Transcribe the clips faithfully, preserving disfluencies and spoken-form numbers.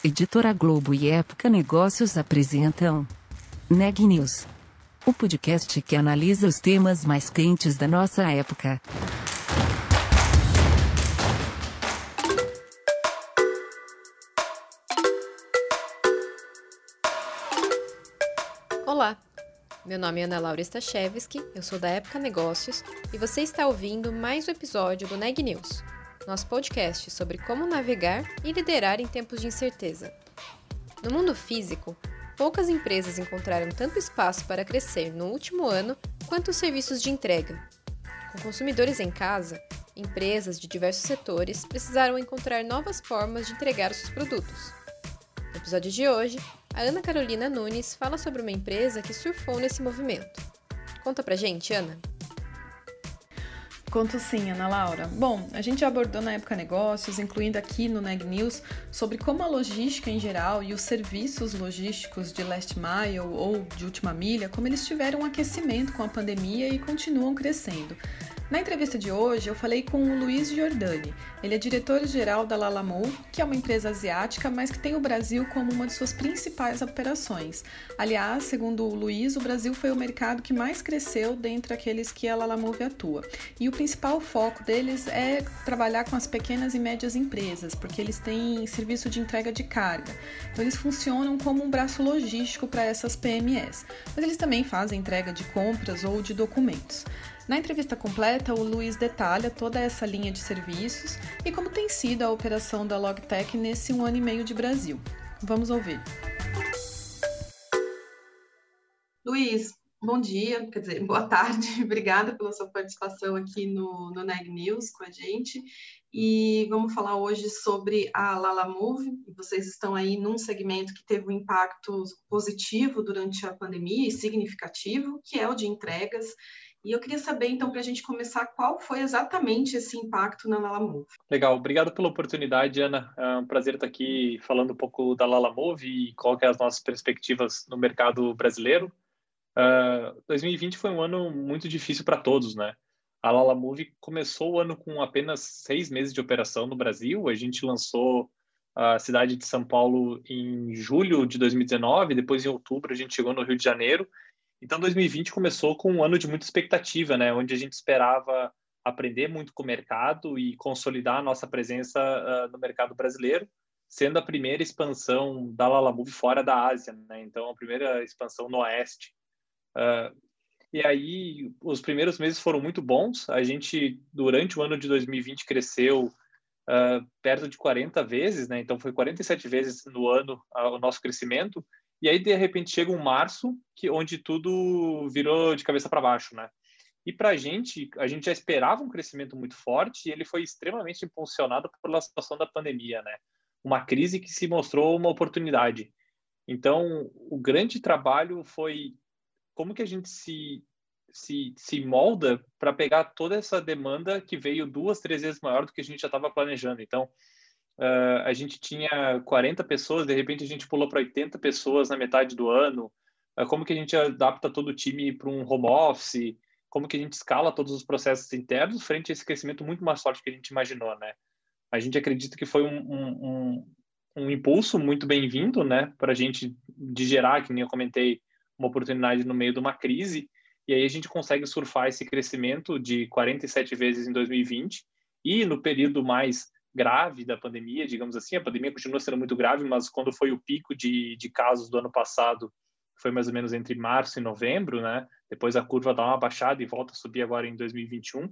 Editora Globo e Época Negócios apresentam Neg News, o podcast que analisa os temas mais quentes da nossa época. Olá, meu nome é Ana Laura Stachewski, eu sou da Época Negócios e você está ouvindo mais um episódio do Neg News, nosso podcast sobre como navegar e liderar em tempos de incerteza. No mundo físico, poucas empresas encontraram tanto espaço para crescer no último ano quanto os serviços de entrega. Com consumidores em casa, empresas de diversos setores precisaram encontrar novas formas de entregar os seus produtos. No episódio de hoje, a Ana Carolina Nunes fala sobre uma empresa que surfou nesse movimento. Conta pra gente, Ana. Conto sim, Ana Laura. Bom, a gente já abordou na Época Negócios, incluindo aqui no Neg News, sobre como a logística em geral e os serviços logísticos de last mile ou de última milha, como eles tiveram um aquecimento com a pandemia e continuam crescendo. Na entrevista de hoje, eu falei com o Luiz Giordani. Ele é diretor-geral da Lalamove, que é uma empresa asiática, mas que tem o Brasil como uma de suas principais operações. Aliás, segundo o Luiz, o Brasil foi o mercado que mais cresceu dentre aqueles que a Lalamove atua. E o principal foco deles é trabalhar com as pequenas e médias empresas, porque eles têm serviço de entrega de carga. Então, eles funcionam como um braço logístico para essas P M Es. Mas eles também fazem entrega de compras ou de documentos. Na entrevista completa, o Luiz detalha toda essa linha de serviços e como tem sido a operação da Logtech nesse um ano e meio de Brasil. Vamos ouvir. Luiz, bom dia, quer dizer, boa tarde. Obrigada pela sua participação aqui no, no Neg News com a gente. E vamos falar hoje sobre a Lalamove. Vocês estão aí num segmento que teve um impacto positivo durante a pandemia e significativo, que é o de entregas. E eu queria saber, então, para a gente começar, qual foi exatamente esse impacto na Lalamove? Legal, obrigado pela oportunidade, Ana. É um prazer estar aqui falando um pouco da Lalamove e qual que é as nossas perspectivas no mercado brasileiro. Uh, dois mil e vinte foi um ano muito difícil para todos, né? A Lalamove começou o ano com apenas seis meses de operação no Brasil. A gente lançou a cidade de São Paulo em julho de dois mil e dezenove, depois em outubro a gente chegou no Rio de Janeiro. Então, dois mil e vinte começou com um ano de muita expectativa, né? Onde a gente esperava aprender muito com o mercado e consolidar a nossa presença uh, no mercado brasileiro, sendo a primeira expansão da Lalamove fora da Ásia, né? Então, a primeira expansão no Oeste. Uh, e aí, os primeiros meses foram muito bons. A gente, durante o ano de dois mil e vinte, cresceu uh, perto de quarenta vezes, né? Então, foi quarenta e sete vezes no ano uh, o nosso crescimento. E aí, de repente, chega um março, que, onde tudo virou de cabeça para baixo, né? E para a gente, a gente já esperava um crescimento muito forte e ele foi extremamente impulsionado pela situação da pandemia, né? Uma crise que se mostrou uma oportunidade. Então, o grande trabalho foi como que a gente se, se, se molda para pegar toda essa demanda que veio duas, três vezes maior do que a gente já estava planejando. Então, Uh, a gente tinha quarenta pessoas, de repente a gente pulou para oitenta pessoas na metade do ano. Uh, como que a gente adapta todo o time para um home office? Como que a gente escala todos os processos internos frente a esse crescimento muito mais forte que a gente imaginou, né? A gente acredita que foi um, um, um, um impulso muito bem-vindo, né? Para a gente de gerar, que nem eu comentei, uma oportunidade no meio de uma crise. E aí a gente consegue surfar esse crescimento de quarenta e sete vezes em dois mil e vinte e no período mais grave da pandemia, digamos assim, a pandemia continua sendo muito grave, mas quando foi o pico de, de casos do ano passado, foi mais ou menos entre março e novembro, né? Depois a curva dá uma baixada e volta a subir agora em dois mil e vinte e um.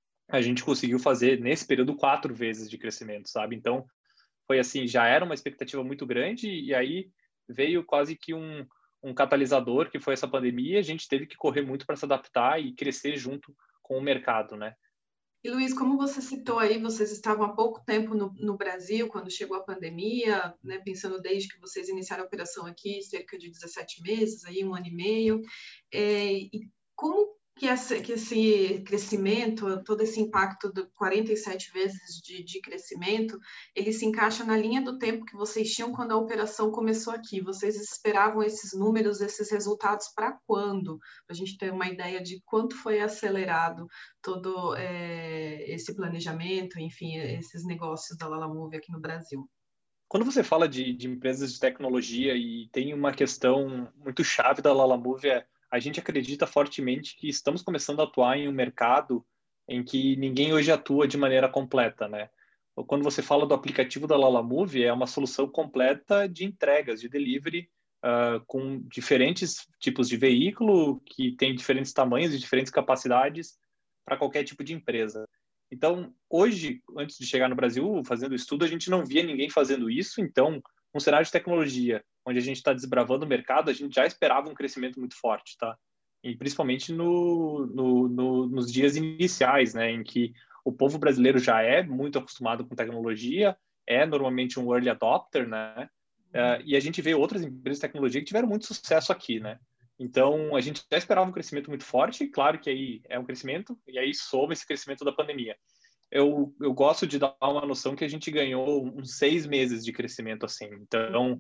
A gente conseguiu fazer, nesse período, quatro vezes de crescimento, sabe? Então, foi assim, já era uma expectativa muito grande e aí veio quase que um, um catalisador, que foi essa pandemia, e a gente teve que correr muito para se adaptar e crescer junto com o mercado, né? E, Luiz, como você citou aí, vocês estavam há pouco tempo no, no Brasil, quando chegou a pandemia, né, pensando desde que vocês iniciaram a operação aqui, cerca de dezessete meses, aí, um ano e meio. É, e como que esse, que esse crescimento, todo esse impacto de quarenta e sete vezes de, de crescimento, ele se encaixa na linha do tempo que vocês tinham quando a operação começou aqui? Vocês esperavam esses números, esses resultados para quando? Para a gente ter uma ideia de quanto foi acelerado todo é, esse planejamento, enfim, esses negócios da Lalamove aqui no Brasil. quando você fala de, de empresas de tecnologia e tem uma questão muito chave da Lalamove, é a gente acredita fortemente que estamos começando a atuar em um mercado em que ninguém hoje atua de maneira completa, né? Quando você fala do aplicativo da Lalamove, é uma solução completa de entregas, de delivery, uh, com diferentes tipos de veículo, que tem diferentes tamanhos e diferentes capacidades para qualquer tipo de empresa. Então, hoje, antes de chegar no Brasil, fazendo estudo, a gente não via ninguém fazendo isso. Então, um cenário de tecnologia, onde a gente está desbravando o mercado, a gente já esperava um crescimento muito forte, tá? E principalmente no, no, no, nos dias iniciais, né, em que o povo brasileiro já é muito acostumado com tecnologia, é normalmente um early adopter, né? Uh, e a gente vê outras empresas de tecnologia que tiveram muito sucesso aqui, né? Então, a gente já esperava um crescimento muito forte, claro que aí é um crescimento, e aí soma esse crescimento da pandemia. Eu, eu gosto de dar uma noção que a gente ganhou uns seis meses de crescimento, assim. Então,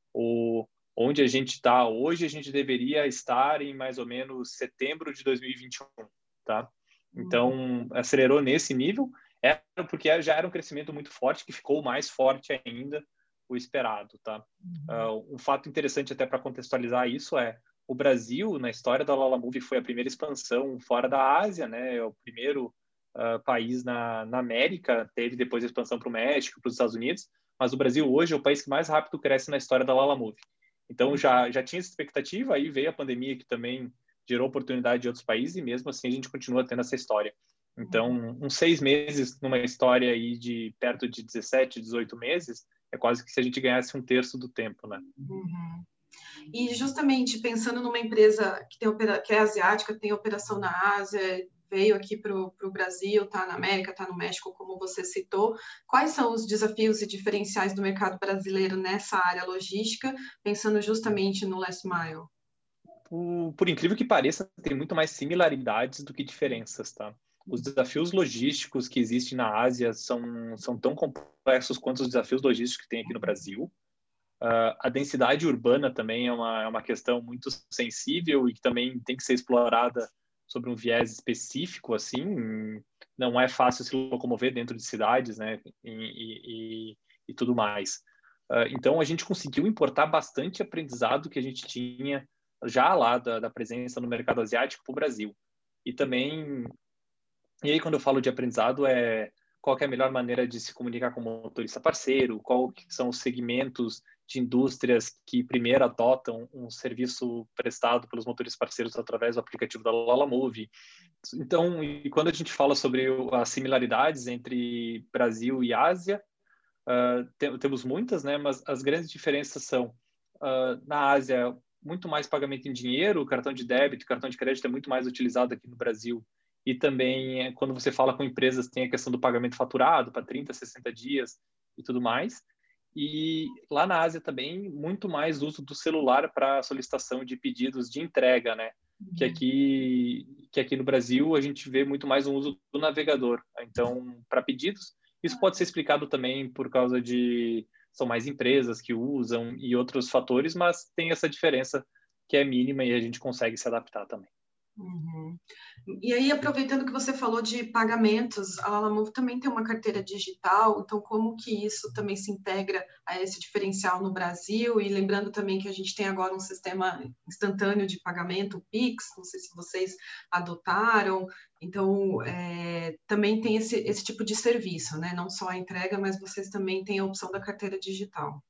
o, onde a gente está hoje, a gente deveria estar em mais ou menos setembro de dois mil e vinte e um, tá? Então, acelerou nesse nível, é porque já era um crescimento muito forte, que ficou mais forte ainda o esperado, tá? Uh, um fato interessante até para contextualizar isso é o Brasil, na história da Lalamove, foi a primeira expansão fora da Ásia, né? É o primeiro uh, país na, na América, teve depois a expansão para o México, para os Estados Unidos, mas o Brasil hoje é o país que mais rápido cresce na história da Lalamove. Então, já, já tinha essa expectativa, aí veio a pandemia, que também gerou oportunidade de outros países, e mesmo assim a gente continua tendo essa história. Então, uns seis meses numa história aí de perto de dezessete, dezoito meses, é quase que se a gente ganhasse um terço do tempo, né? Uhum. E justamente pensando numa empresa que, tem opera, que é asiática, tem operação na Ásia, veio aqui para o Brasil, está na América, está no México, como você citou, quais são os desafios e diferenciais do mercado brasileiro nessa área logística, pensando justamente no last mile? Por, por incrível que pareça, tem muito mais similaridades do que diferenças, tá? Os desafios logísticos que existem na Ásia são, são tão complexos quanto os desafios logísticos que tem aqui no Brasil. Uh, a densidade urbana também é uma, é uma questão muito sensível e que também tem que ser explorada sobre um viés específico, assim. Não é fácil se locomover dentro de cidades, né? E, e, e tudo mais. Uh, então, a gente conseguiu importar bastante aprendizado que a gente tinha já lá da, da presença no mercado asiático para o Brasil. E também... E aí, quando eu falo de aprendizado, é qual que é a melhor maneira de se comunicar com o motorista parceiro, qual que são os segmentos de indústrias que primeiro adotam um serviço prestado pelos motoristas parceiros através do aplicativo da Lalamove. Então, e quando a gente fala sobre as similaridades entre Brasil e Ásia, uh, tem, temos muitas, né? Mas as grandes diferenças são, uh, na Ásia, muito mais pagamento em dinheiro, cartão de débito, cartão de crédito é muito mais utilizado aqui no Brasil. E também, quando você fala com empresas, tem a questão do pagamento faturado para trinta, sessenta dias e tudo mais. E lá na Ásia também, muito mais uso do celular para solicitação de pedidos de entrega, né? Uhum. Que aqui, que aqui no Brasil a gente vê muito mais o uso do navegador. Então, para pedidos, isso pode ser explicado também por causa de... São mais empresas que usam e outros fatores, mas tem essa diferença que é mínima e a gente consegue se adaptar também. Uhum. E aí, aproveitando que você falou de pagamentos, a Lalamove também tem uma carteira digital, então como que isso também se integra a esse diferencial no Brasil? E lembrando também que a gente tem agora um sistema instantâneo de pagamento, o Pix, não sei se vocês adotaram, então é, também tem esse, esse tipo de serviço, né? Não só a entrega, mas vocês também têm a opção da carteira digital.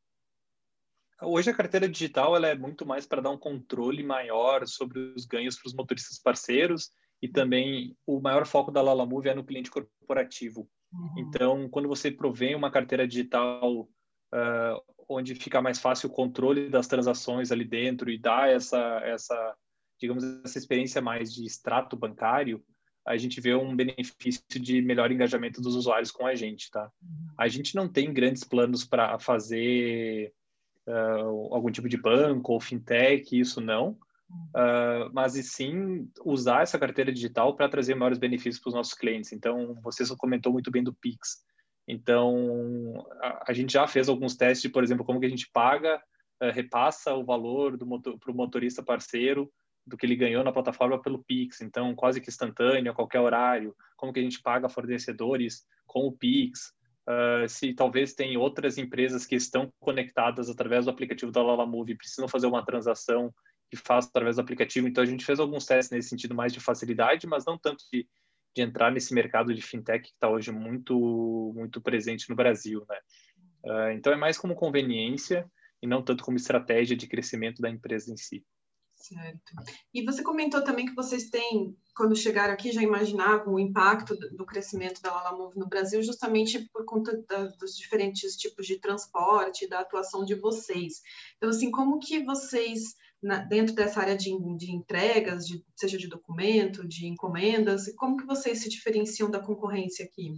Hoje a carteira digital ela é muito mais para dar um controle maior sobre os ganhos para os motoristas parceiros e também o maior foco da Lalamove é no cliente corporativo. Uhum. Então, quando você provém uma carteira digital uh, onde fica mais fácil o controle das transações ali dentro e dá essa, essa, digamos, essa experiência mais de extrato bancário, a gente vê um benefício de melhor engajamento dos usuários com a gente, tá? Uhum. A gente não tem grandes planos para fazer... Uh, algum tipo de banco ou fintech, isso não, uh, mas e sim usar essa carteira digital para trazer maiores benefícios para os nossos clientes. Então, você só comentou muito bem do Pix. Então, a, a gente já fez alguns testes de, por exemplo, como que a gente paga, uh, repassa o valor do motor, para o motorista parceiro do que ele ganhou na plataforma pelo Pix. Então, quase que instantâneo, a qualquer horário. Como que a gente paga fornecedores com o Pix. uh, se talvez tem outras empresas que estão conectadas através do aplicativo da Lalamove e precisam fazer uma transação que faça através do aplicativo. Então, a gente fez alguns testes nesse sentido mais de facilidade, mas não tanto de, de entrar nesse mercado de fintech que está hoje muito, muito presente no Brasil, né? Uh, então, é mais como conveniência e não tanto como estratégia de crescimento da empresa em si. Certo. E você comentou também que vocês têm, quando chegaram aqui, já imaginavam o impacto do crescimento da Lalamove no Brasil, justamente por conta da, dos diferentes tipos de transporte, da atuação de vocês. Então, assim, como que vocês, na, dentro dessa área de, de entregas, de, seja de documento, de encomendas, como que vocês se diferenciam da concorrência aqui?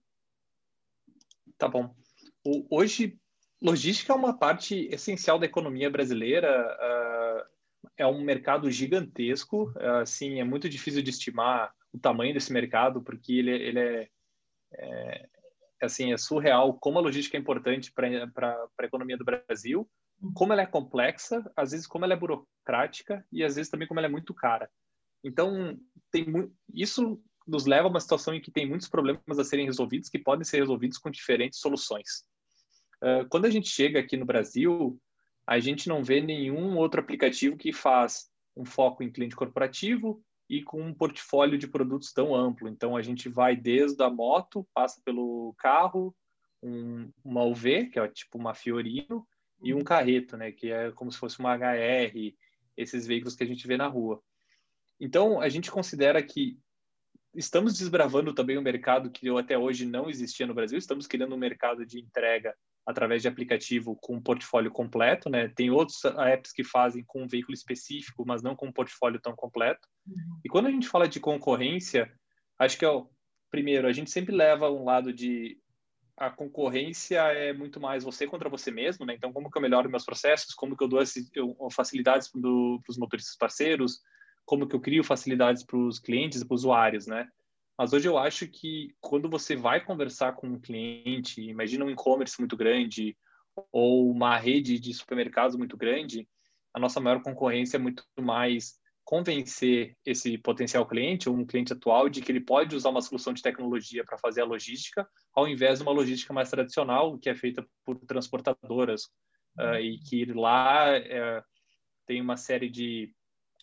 Tá bom. O, hoje, logística é uma parte essencial da economia brasileira. Uh, É um mercado gigantesco, assim, é muito difícil de estimar o tamanho desse mercado, porque ele, ele é, é, assim, é surreal como a logística é importante para a economia do Brasil, como ela é complexa, às vezes como ela é burocrática e às vezes também como ela é muito cara. Então, tem mu- isso nos leva a uma situação em que tem muitos problemas a serem resolvidos, que podem ser resolvidos com diferentes soluções. Uh, quando a gente chega aqui no Brasil, a gente não vê nenhum outro aplicativo que faz um foco em cliente corporativo e com um portfólio de produtos tão amplo. Então, a gente vai desde a moto, passa pelo carro, um, uma U V, que é tipo uma Fiorino, e um carreto, né, que é como se fosse uma H R, esses veículos que a gente vê na rua. Então, a gente considera que estamos desbravando também um mercado que até hoje não existia no Brasil, estamos criando um mercado de entrega através de aplicativo com um portfólio completo, né? Tem outros apps que fazem com um veículo específico, mas não com um portfólio tão completo. Uhum. E quando a gente fala de concorrência, acho que é o primeiro, a gente sempre leva um lado de a concorrência é muito mais você contra você mesmo, né? Então, como que eu melhoro meus processos, como que eu dou esse, eu, facilidades para os motoristas parceiros, como que eu crio facilidades para os clientes e para os usuários, né? Mas hoje eu acho que quando você vai conversar com um cliente, imagina um e-commerce muito grande ou uma rede de supermercados muito grande, a nossa maior concorrência é muito mais convencer esse potencial cliente ou um cliente atual de que ele pode usar uma solução de tecnologia para fazer a logística, ao invés de uma logística mais tradicional, que é feita por transportadoras, uh, e que lá uh, tem uma série de,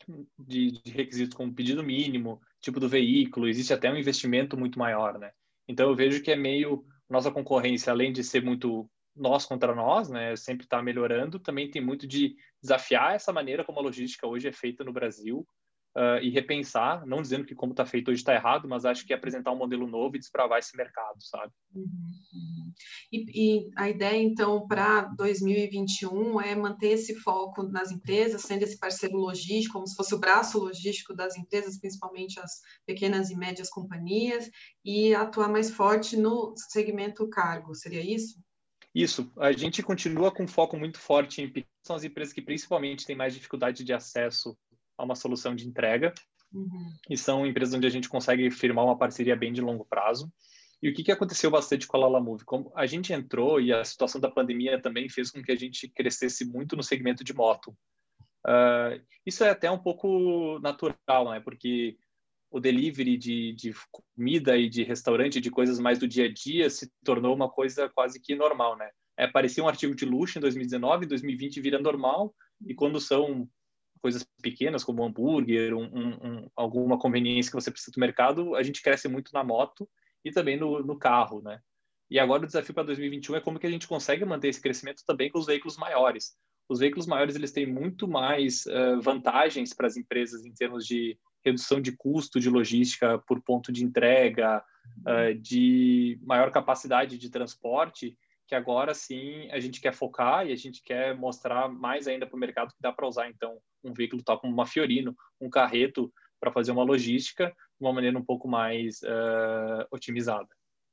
de, de requisitos como pedido mínimo, tipo do veículo, existe até um investimento muito maior, né? Então eu vejo que é meio nossa concorrência, além de ser muito nós contra nós, né, sempre está melhorando, também tem muito de desafiar essa maneira como a logística hoje é feita no Brasil, uh, e repensar, não dizendo que como está feito hoje está errado, mas acho que apresentar um modelo novo e desbravar esse mercado, sabe? Uhum, uhum. E, e a ideia, então, para dois mil e vinte e um é manter esse foco nas empresas, sendo esse parceiro logístico, como se fosse o braço logístico das empresas, principalmente as pequenas e médias companhias, e atuar mais forte no segmento cargo, seria isso? Isso, a gente continua com foco muito forte em pequenas, são as empresas que principalmente têm mais dificuldade de acesso a uma solução de entrega, uhum. E são empresas onde a gente consegue firmar uma parceria bem de longo prazo. E o que, que aconteceu bastante com a Lalamove? Como a gente entrou e a situação da pandemia também fez com que a gente crescesse muito no segmento de moto. Uh, isso é até um pouco natural, né? Porque o delivery de, de comida e de restaurante, de coisas mais do dia a dia, se tornou uma coisa quase que normal, né? É, parecia um artigo de luxo em dois mil e dezenove, em dois mil e vinte vira normal, e quando são coisas pequenas, como um hambúrguer, um, um, um, alguma conveniência que você precisa do mercado, a gente cresce muito na moto e também no, no carro, né? E agora o desafio para dois mil e vinte e um é como que a gente consegue manter esse crescimento também com os veículos maiores. Os veículos maiores, eles têm muito mais uh, vantagens para as empresas em termos de redução de custo de logística por ponto de entrega, uh, de maior capacidade de transporte, que agora sim a gente quer focar e a gente quer mostrar mais ainda para o mercado que dá para usar, então, um veículo tal como uma Fiorino, um carreto, para fazer uma logística de uma maneira um pouco mais uh, otimizada.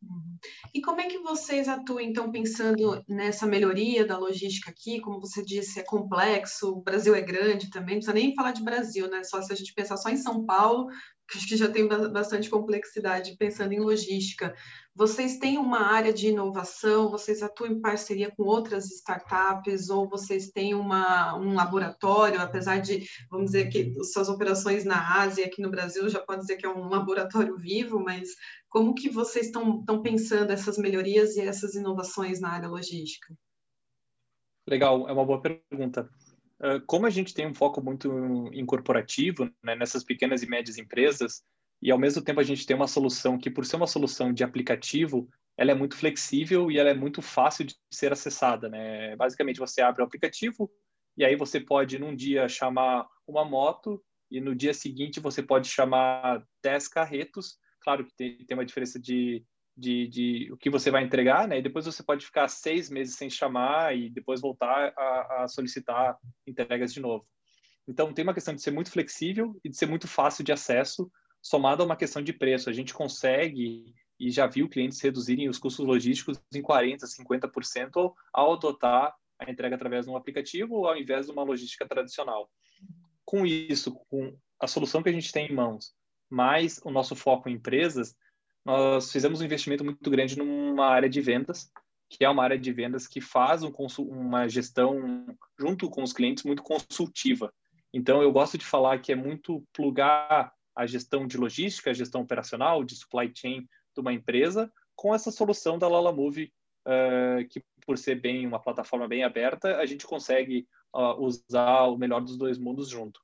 E como é que vocês atuam, então, pensando nessa melhoria da logística aqui? Como você disse, é complexo, o Brasil é grande também, não precisa nem falar de Brasil, né? Só se a gente pensar só em São Paulo, que acho que já tem bastante complexidade pensando em logística. Vocês têm uma área de inovação, vocês atuam em parceria com outras startups, ou vocês têm uma, um laboratório, apesar de, vamos dizer, que suas operações na Ásia, aqui no Brasil, já pode dizer que é um laboratório vivo, mas como que vocês estão estão pensando essas melhorias e essas inovações na área logística? Legal, é uma boa pergunta. Como a gente tem um foco muito em corporativo, né, nessas pequenas e médias empresas, e ao mesmo tempo a gente tem uma solução que, por ser uma solução de aplicativo, ela é muito flexível e ela é muito fácil de ser acessada, né? Basicamente, você abre o aplicativo e aí você pode, num dia, chamar uma moto e no dia seguinte você pode chamar dez carretos. Claro que tem, tem uma diferença de, de, de o que você vai entregar, né? E depois você pode ficar seis meses sem chamar e depois voltar a, a solicitar entregas de novo. Então, tem uma questão de ser muito flexível e de ser muito fácil de acesso, somado a uma questão de preço. A gente consegue, e já viu clientes reduzirem os custos logísticos em quarenta por cento, cinquenta por cento ao adotar a entrega através de um aplicativo ao invés de uma logística tradicional. Com isso, com a solução que a gente tem em mãos, mais o nosso foco em empresas, nós fizemos um investimento muito grande numa área de vendas, que é uma área de vendas que faz um uma gestão junto com os clientes muito consultiva. Então, eu gosto de falar que é muito plugar a gestão de logística, a gestão operacional, de supply chain de uma empresa, com essa solução da Lalamove, uh, que por ser bem uma plataforma bem aberta, a gente consegue uh, usar o melhor dos dois mundos junto.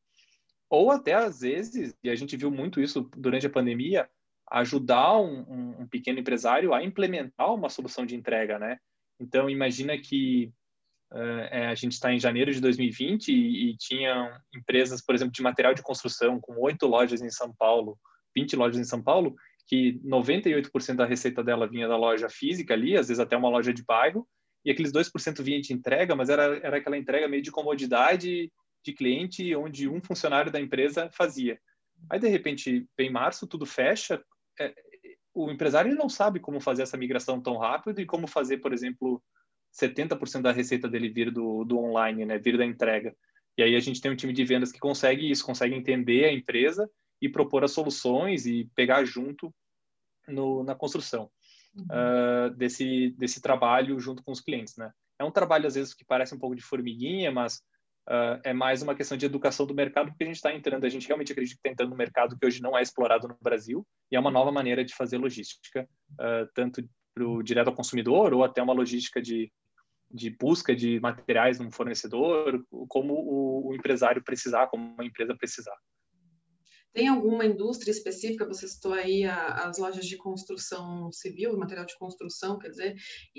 Ou até, às vezes, e a gente viu muito isso durante a pandemia, ajudar um, um, um pequeno empresário a implementar uma solução de entrega, né? Então, imagina que uh, é, a gente está em janeiro de dois mil e vinte e, e tinham empresas, por exemplo, de material de construção, com oito lojas em São Paulo, vinte lojas em São Paulo, que noventa e oito por cento da receita dela vinha da loja física ali, às vezes até uma loja de bairro, e aqueles dois por cento vinha de entrega, mas era, era aquela entrega meio de comodidade de cliente, onde um funcionário da empresa fazia. Aí, de repente, vem março, tudo fecha, é, o empresário ele não sabe como fazer essa migração tão rápido e como fazer, por exemplo, setenta por cento da receita dele vir do, do online, né, vir da entrega. E aí a gente tem um time de vendas que consegue isso, consegue entender a empresa e propor as soluções e pegar junto no, na construção uhum. uh, desse, desse trabalho junto com os clientes, né? É um trabalho, às vezes, que parece um pouco de formiguinha, mas uh, é mais uma questão de educação do mercado, porque a gente está entrando, a gente realmente acredita que está entrando no mercado que hoje não é explorado no Brasil, e é uma nova maneira de fazer logística, uh, tanto para o direto ao consumidor, ou até uma logística de, de busca de materiais num fornecedor, como o, o empresário precisar, como uma empresa precisar. Tem alguma indústria específica? Você citou aí a, as lojas de construção civil, material de construção, quer dizer,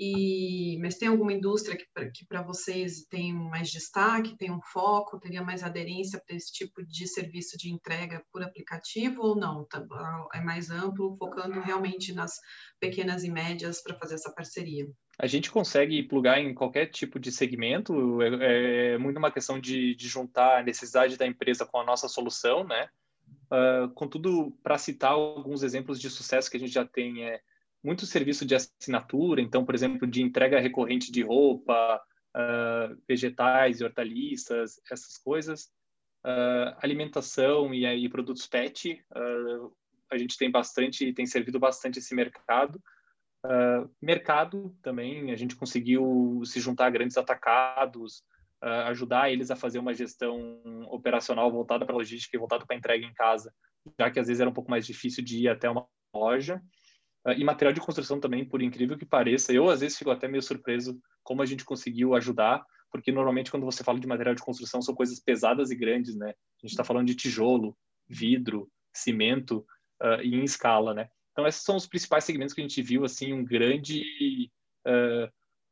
e, mas tem alguma indústria que para vocês tem mais destaque, tem um foco, teria mais aderência para esse tipo de serviço de entrega por aplicativo ou não? É mais amplo, focando realmente nas pequenas e médias para fazer essa parceria? A gente consegue plugar em qualquer tipo de segmento, é, é muito uma questão de, de juntar a necessidade da empresa com a nossa solução, né? Uh, contudo, para citar alguns exemplos de sucesso que a gente já tem, é muito serviço de assinatura, então, por exemplo, de entrega recorrente de roupa, uh, vegetais e hortaliças, essas coisas, uh, alimentação e aí produtos pet, uh, a gente tem bastante, tem servido bastante esse mercado. Uh, mercado também, a gente conseguiu se juntar a grandes atacados, Uh, ajudar eles a fazer uma gestão operacional voltada para a logística e voltada para a entrega em casa, já que às vezes era um pouco mais difícil de ir até uma loja. Uh, e material de construção também, por incrível que pareça, eu às vezes fico até meio surpreso como a gente conseguiu ajudar, porque normalmente quando você fala de material de construção são coisas pesadas e grandes, né? A gente está falando de tijolo, vidro, cimento uh, e em escala, né? Então esses são os principais segmentos que a gente viu, assim, um grande... Uh,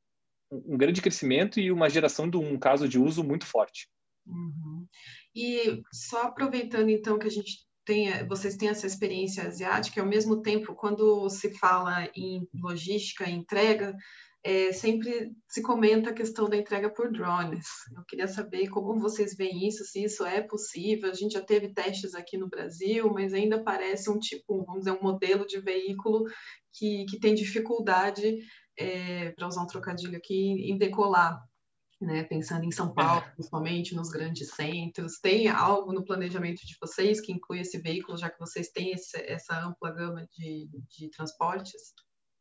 um grande crescimento e uma geração de um caso de uso muito forte. Uhum. E só aproveitando então que a gente tem, vocês têm essa experiência asiática, ao mesmo tempo, quando se fala em logística, em entrega, é, sempre se comenta a questão da entrega por drones. Eu queria saber como vocês veem isso, se isso é possível. A gente já teve testes aqui no Brasil, mas ainda parece um tipo, vamos dizer, um modelo de veículo que, que tem dificuldade É, para usar um trocadilho aqui, em decolar, né? Pensando em São Paulo, principalmente nos grandes centros. Tem algo no planejamento de vocês que inclui esse veículo, já que vocês têm esse, essa ampla gama de, de transportes?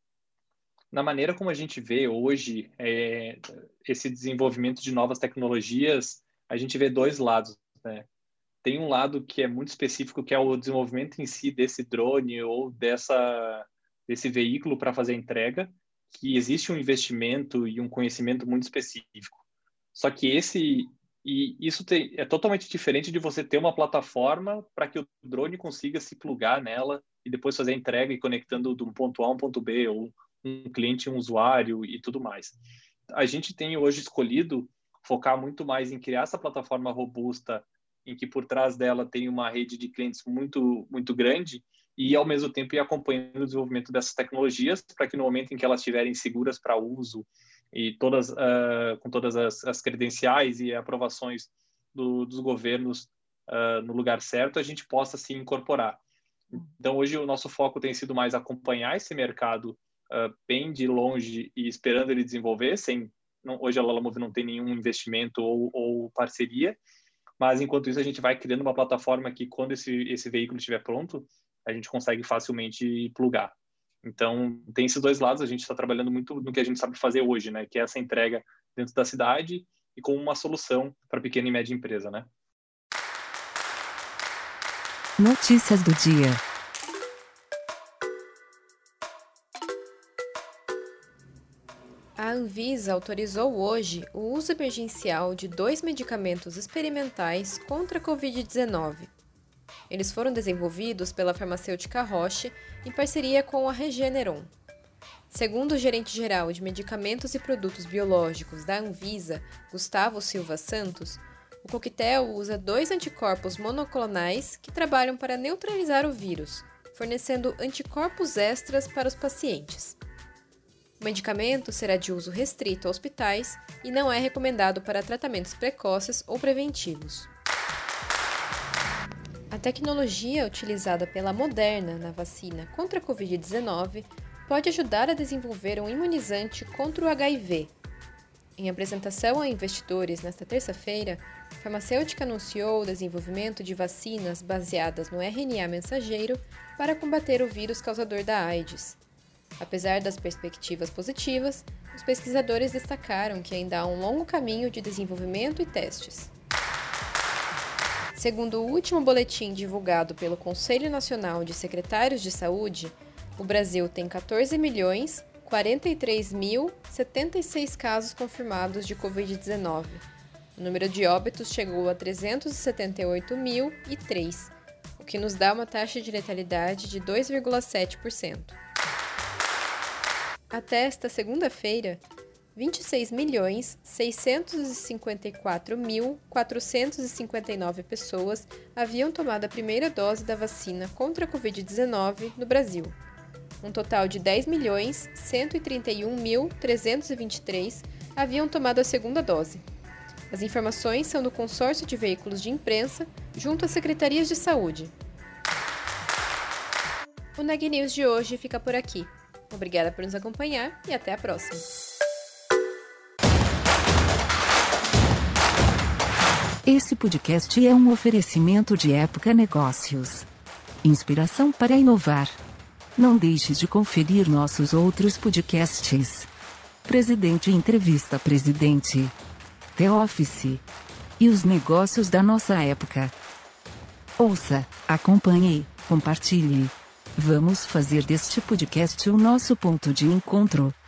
Na maneira como a gente vê hoje é, esse desenvolvimento de novas tecnologias, a gente vê dois lados, né? Tem um lado que é muito específico, que é o desenvolvimento em si desse drone ou dessa desse veículo para fazer a entrega, que existe um investimento e um conhecimento muito específico. Só que esse e isso tem, é totalmente diferente de você ter uma plataforma para que o drone consiga se plugar nela e depois fazer a entrega e conectando de um ponto A a um ponto B, ou um cliente, um usuário e tudo mais. A gente tem hoje escolhido focar muito mais em criar essa plataforma robusta, em que por trás dela tem uma rede de clientes muito, muito grande, e ao mesmo tempo ir acompanhando o desenvolvimento dessas tecnologias para que no momento em que elas estiverem seguras para uso e todas uh, com todas as, as credenciais e aprovações do, dos governos uh, no lugar certo, a gente possa se incorporar. Então hoje o nosso foco tem sido mais acompanhar esse mercado uh, bem de longe e esperando ele desenvolver, sem não, hoje a Lalamove não tem nenhum investimento ou, ou parceria, mas enquanto isso a gente vai criando uma plataforma que quando esse, esse veículo estiver pronto, a gente consegue facilmente plugar. Então, tem esses dois lados, a gente está trabalhando muito no que a gente sabe fazer hoje, né? Que é essa entrega dentro da cidade e como uma solução para pequena e média empresa, né? Notícias do dia. A Anvisa autorizou hoje o uso emergencial de dois medicamentos experimentais contra a covid dezenove. Eles foram desenvolvidos pela farmacêutica Roche em parceria com a Regeneron. Segundo o gerente-geral de Medicamentos e Produtos Biológicos da Anvisa, Gustavo Silva Santos, o coquetel usa dois anticorpos monoclonais que trabalham para neutralizar o vírus, fornecendo anticorpos extras para os pacientes. O medicamento será de uso restrito a hospitais e não é recomendado para tratamentos precoces ou preventivos. A tecnologia utilizada pela Moderna na vacina contra a covid dezenove pode ajudar a desenvolver um imunizante contra o H I V. Em apresentação a investidores nesta terça-feira, a farmacêutica anunciou o desenvolvimento de vacinas baseadas no R N A mensageiro para combater o vírus causador da AIDS. Apesar das perspectivas positivas, os pesquisadores destacaram que ainda há um longo caminho de desenvolvimento e testes. Segundo o último boletim divulgado pelo Conselho Nacional de Secretários de Saúde, o Brasil tem quatorze milhões, quarenta e três mil, setenta e seis casos confirmados de covid dezenove. O número de óbitos chegou a trezentos e setenta e oito mil e três, o que nos dá uma taxa de letalidade de dois vírgula sete por cento. Até esta segunda-feira, vinte e seis milhões, seiscentos e cinquenta e quatro mil, quatrocentos e cinquenta e nove pessoas haviam tomado a primeira dose da vacina contra a covid dezenove no Brasil. Um total de dez milhões, cento e trinta e um mil, trezentos e vinte e três haviam tomado a segunda dose. As informações são do Consórcio de Veículos de Imprensa, junto às Secretarias de Saúde. O Neg News de hoje fica por aqui. Obrigada por nos acompanhar e até a próxima. Esse podcast é um oferecimento de Época Negócios. Inspiração para inovar. Não deixe de conferir nossos outros podcasts. Presidente Entrevista Presidente. The Office. E os negócios da nossa época. Ouça, acompanhe, compartilhe. Vamos fazer deste podcast o nosso ponto de encontro.